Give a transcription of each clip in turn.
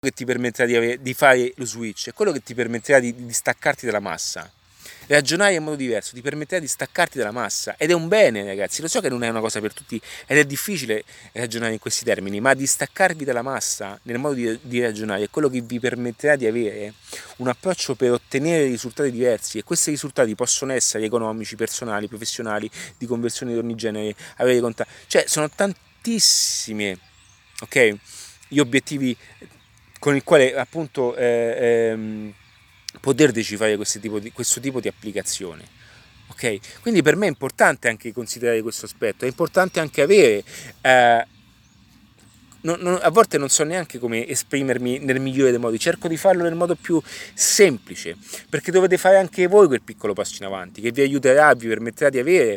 che ti permetterà di fare lo switch, è quello che ti permetterà di staccarti dalla massa. Ragionare in modo diverso ti permetterà di staccarti dalla massa, ed è un bene, ragazzi. Lo so che non è una cosa per tutti ed è difficile ragionare in questi termini, ma di staccarvi dalla massa nel modo di ragionare è quello che vi permetterà di avere un approccio per ottenere risultati diversi, e questi risultati possono essere economici, personali, professionali, di conversione di ogni genere, avere contatti, cioè sono tantissime, ok, gli obiettivi con il quale appunto poter decifrare questo tipo di applicazione. Ok? Quindi per me è importante anche considerare questo aspetto, è importante anche avere a volte non so neanche come esprimermi nel migliore dei modi, cerco di farlo nel modo più semplice, perché dovete fare anche voi quel piccolo passo in avanti che vi aiuterà, vi permetterà di avere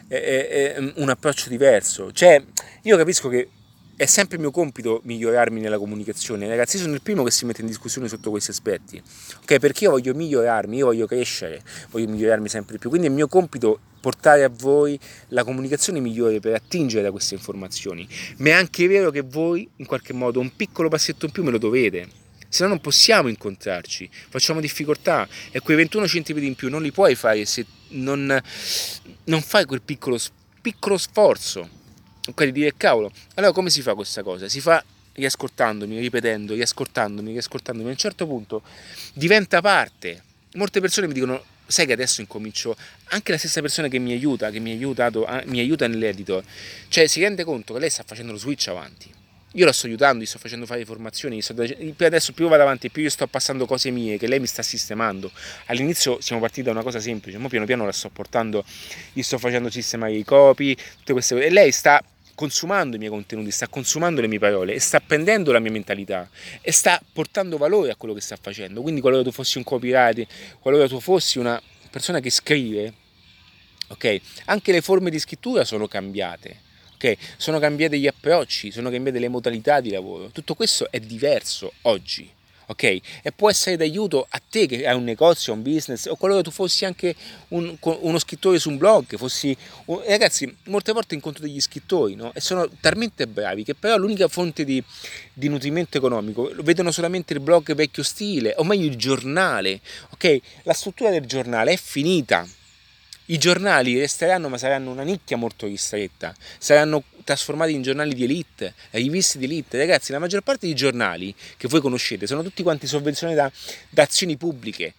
un approccio diverso. Cioè, io capisco che è sempre mio compito migliorarmi nella comunicazione, ragazzi. Io sono il primo che si mette in discussione sotto questi aspetti, ok? Perché io voglio migliorarmi, io voglio crescere, voglio migliorarmi sempre di più, quindi è mio compito portare a voi la comunicazione migliore per attingere da queste informazioni. Ma è anche vero che voi in qualche modo un piccolo passetto in più me lo dovete, se no non possiamo incontrarci, facciamo difficoltà, e quei 21 centimetri in più non li puoi fare se non fai quel piccolo sforzo, ok, di dire cavolo. Allora come si fa questa cosa? Si fa riascoltandomi, ripetendo, riascoltandomi. A un certo punto diventa parte. Molte persone mi dicono: sai che adesso incomincio, anche la stessa persona che mi aiuta, che mi aiuta nell'editor, cioè si rende conto che lei sta facendo lo switch avanti. Io la sto aiutando, gli sto facendo fare formazioni, adesso più vado avanti, più io sto passando cose mie che lei mi sta sistemando. All'inizio siamo partiti da una cosa semplice, ma piano piano la sto portando, gli sto facendo sistemare i copy, tutte queste cose, e lei sta consumando i miei contenuti, sta consumando le mie parole e sta prendendo la mia mentalità e sta portando valore a quello che sta facendo. Quindi qualora tu fossi un copywriter, qualora tu fossi una persona che scrive, ok, anche le forme di scrittura sono cambiate. Okay? Sono cambiati gli approcci, sono cambiate le modalità di lavoro, tutto questo è diverso oggi, ok? E può essere d'aiuto a te che hai un negozio, un business, o qualora tu fossi anche uno scrittore su un blog, ragazzi, molte volte incontro degli scrittori, no? E sono talmente bravi che però l'unica fonte di nutrimento economico vedono solamente il blog vecchio stile, o meglio il giornale, ok? La struttura del giornale è finita. I giornali resteranno, ma saranno una nicchia molto ristretta, saranno trasformati in giornali di elite, riviste di elite. Ragazzi, la maggior parte dei giornali che voi conoscete sono tutti quanti sovvenzionati da azioni pubbliche.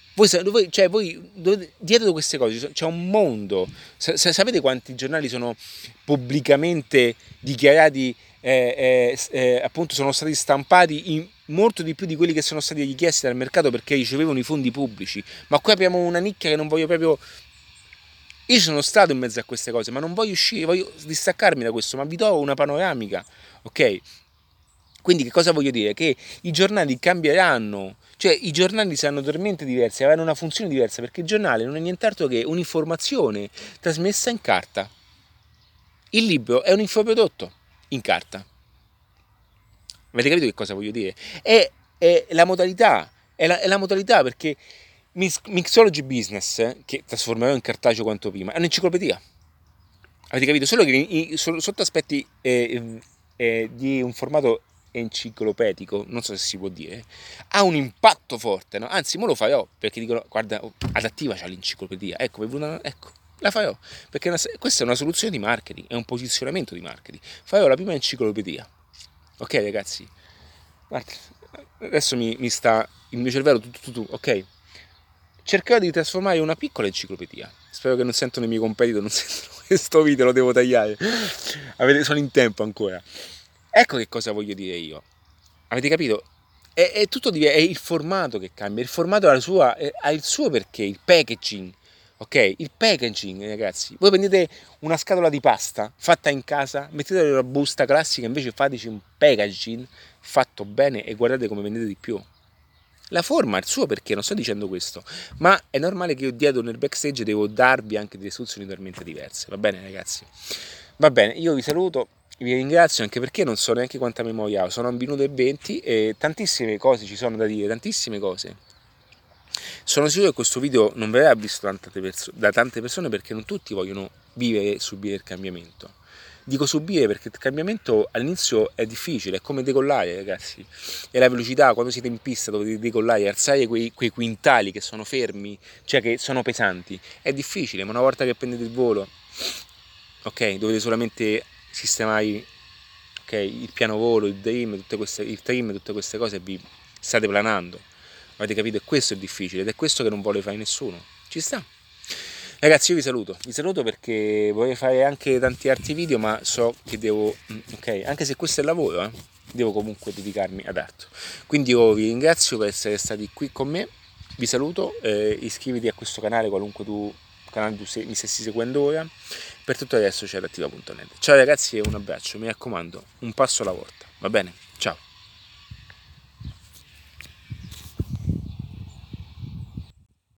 Voi dietro queste cose c'è un mondo. Sapete quanti giornali sono pubblicamente dichiarati, appunto sono stati stampati in molto di più di quelli che sono stati richiesti dal mercato perché ricevevano i fondi pubblici? Ma qui apriamo una nicchia che non voglio proprio. Io sono stato in mezzo a queste cose, ma non voglio uscire, voglio distaccarmi da questo, ma vi do una panoramica, ok? Quindi che cosa voglio dire? Che i giornali cambieranno, cioè i giornali saranno totalmente diversi, avranno una funzione diversa, perché il giornale non è nient'altro che un'informazione trasmessa in carta. Il libro è un infoprodotto in carta. Avete capito che cosa voglio dire? È la modalità, è la modalità, perché Mixology Business, che trasformerò in cartaceo quanto prima, è un'enciclopedia. Avete capito? Solo che sotto aspetti di un formato enciclopedico, non so se si può dire, ha un impatto forte, no? Anzi, mo lo farò, perché dicono, guarda, Adattiva c'ha l'enciclopedia, ecco, ecco, la farò, perché questa è una soluzione di marketing, è un posizionamento di marketing. Farò la prima enciclopedia, ok ragazzi? Guarda, adesso mi sta il mio cervello, ok? Cercherò di trasformare una piccola enciclopedia. Spero che non sentono i miei competitor, non sentono questo video, lo devo tagliare. Sono in tempo ancora. Ecco che cosa voglio dire io. Avete capito? È tutto è il formato che cambia. Il formato ha il suo perché, il packaging. Ok? Il packaging, ragazzi. Voi prendete una scatola di pasta fatta in casa, mettetela in una busta classica, invece fateci un packaging fatto bene e guardate come vendete di più. La forma ha il suo perché, non sto dicendo questo, ma è normale che io dietro nel backstage devo darvi anche delle istruzioni totalmente diverse, va bene ragazzi? Va bene, io vi saluto, vi ringrazio, anche perché non so neanche quanta memoria ho, sono 1 minuto e 20 e tantissime cose ci sono da dire, tantissime cose. Sono sicuro che questo video non verrà visto da tante persone perché non tutti vogliono vivere e subire il cambiamento. Dico subire perché il cambiamento all'inizio è difficile, è come decollare, ragazzi. E la velocità, quando siete in pista dovete decollare, alzare quei quintali che sono fermi, cioè che sono pesanti, è difficile, ma una volta che prendete il volo, ok, dovete solamente sistemare, ok, il piano volo, il trim, tutte queste cose, e vi state planando. Avete capito? E questo è difficile ed è questo che non vuole fare nessuno. Ci sta. Ragazzi, io vi saluto perché vorrei fare anche tanti altri video, ma so che devo, ok, anche se questo è il lavoro, devo comunque dedicarmi ad altro. Quindi io vi ringrazio per essere stati qui con me, vi saluto, iscriviti a questo canale, qualunque canale tu mi stessi seguendo ora. Per tutto adesso c'è adattiva.net. Ciao ragazzi e un abbraccio, mi raccomando, un passo alla volta, va bene? Ciao!